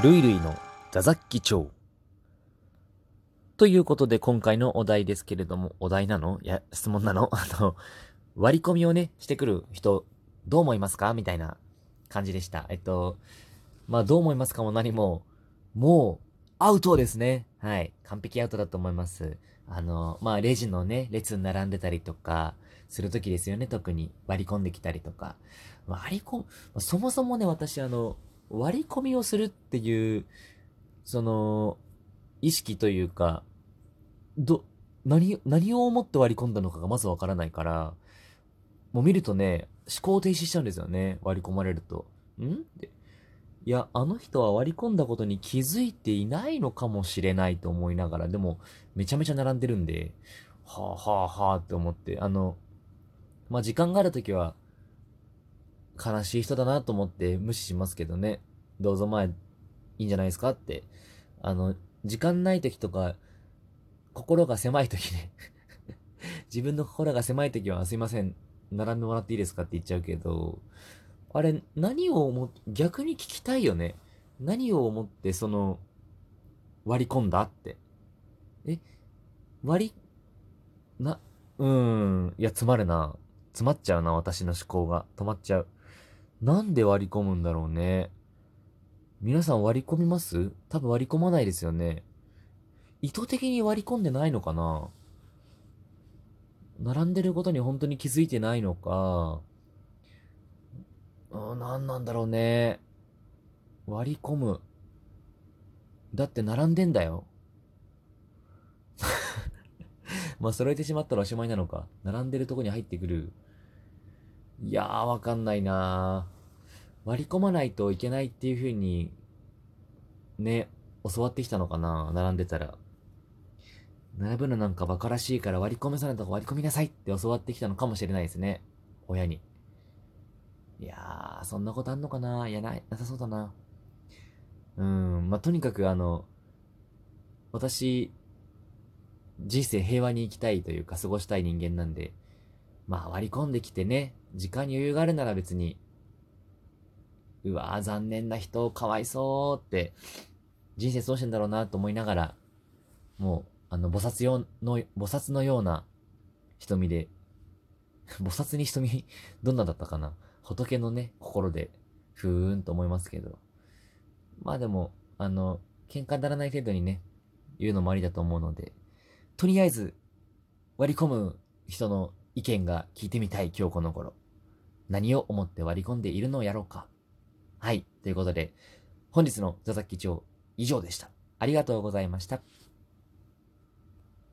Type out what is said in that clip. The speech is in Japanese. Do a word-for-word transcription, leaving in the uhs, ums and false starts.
ルイルイの座雑記帳。ということで今回のお題ですけれども、お題なのいや、質問なのあの、割り込みをね、してくる人、どう思いますかみたいな感じでした。えっと、まあどう思いますかも何も、もう、アウトですね。はい。完璧アウトだと思います。あの、まあレジのね、列に並んでたりとか、するときですよね、特に。割り込んできたりとか。割り込む、そもそもね、私あの、割り込みをするっていう、その、意識というか、ど、何、何を思って割り込んだのかがまずわからないから、もう見るとね、思考停止しちゃうんですよね。割り込まれると。んって。いや、あの人は割り込んだことに気づいていないのかもしれないと思いながら、でも、めちゃめちゃ並んでるんで、はあはあはあって思って、あの、まあ、時間があるときは、悲しい人だなと思って無視しますけどね。どうぞ前、いいんじゃないですかって。あの、時間ないときとか、心が狭いときね自分の心が狭いときはすいません、並んでもらっていいですかって言っちゃうけど、あれ、何を思っ、逆に聞きたいよね。何を思ってその、割り込んだって。え、割り、な、うーん、いや、詰まるな。詰まっちゃうな、私の思考が。止まっちゃう。なんで割り込むんだろうね。皆さん割り込みます？多分割り込まないですよね。意図的に割り込んでないのかな？並んでることに本当に気づいてないのか、うーん、なんなんだろうね。割り込む。だって並んでんだよ。まあ、揃えてしまったらおしまいなのか。並んでるとこに入ってくる。いやー、わかんないなー。割り込まないといけないっていう風に、ね、教わってきたのかな、並んでたら。並ぶのなんか馬鹿らしいから割り込めそうなとこ割り込みなさいって教わってきたのかもしれないですね。親に。いやー、そんなことあんのかないや、ない、なさそうだな。うーん、まあ、とにかくあの、私、人生平和に生きたいというか過ごしたい人間なんで、まあ割り込んできてね、時間に余裕があるなら別に、うわー残念な人、かわいそうって、人生そうしてんだろうなと思いながら、もう、あの、菩薩用の、菩薩のような瞳で、菩薩に瞳、どんなだったかな、仏のね、心で、ふーんと思いますけど。まあでも、あの、喧嘩にならない程度にね、言うのもありだと思うので、とりあえず、割り込む人の意見が聞いてみたい今日この頃。何を思って割り込んでいるのをやろうか。はい。ということで、本日の座崎町以上でした。ありがとうございました。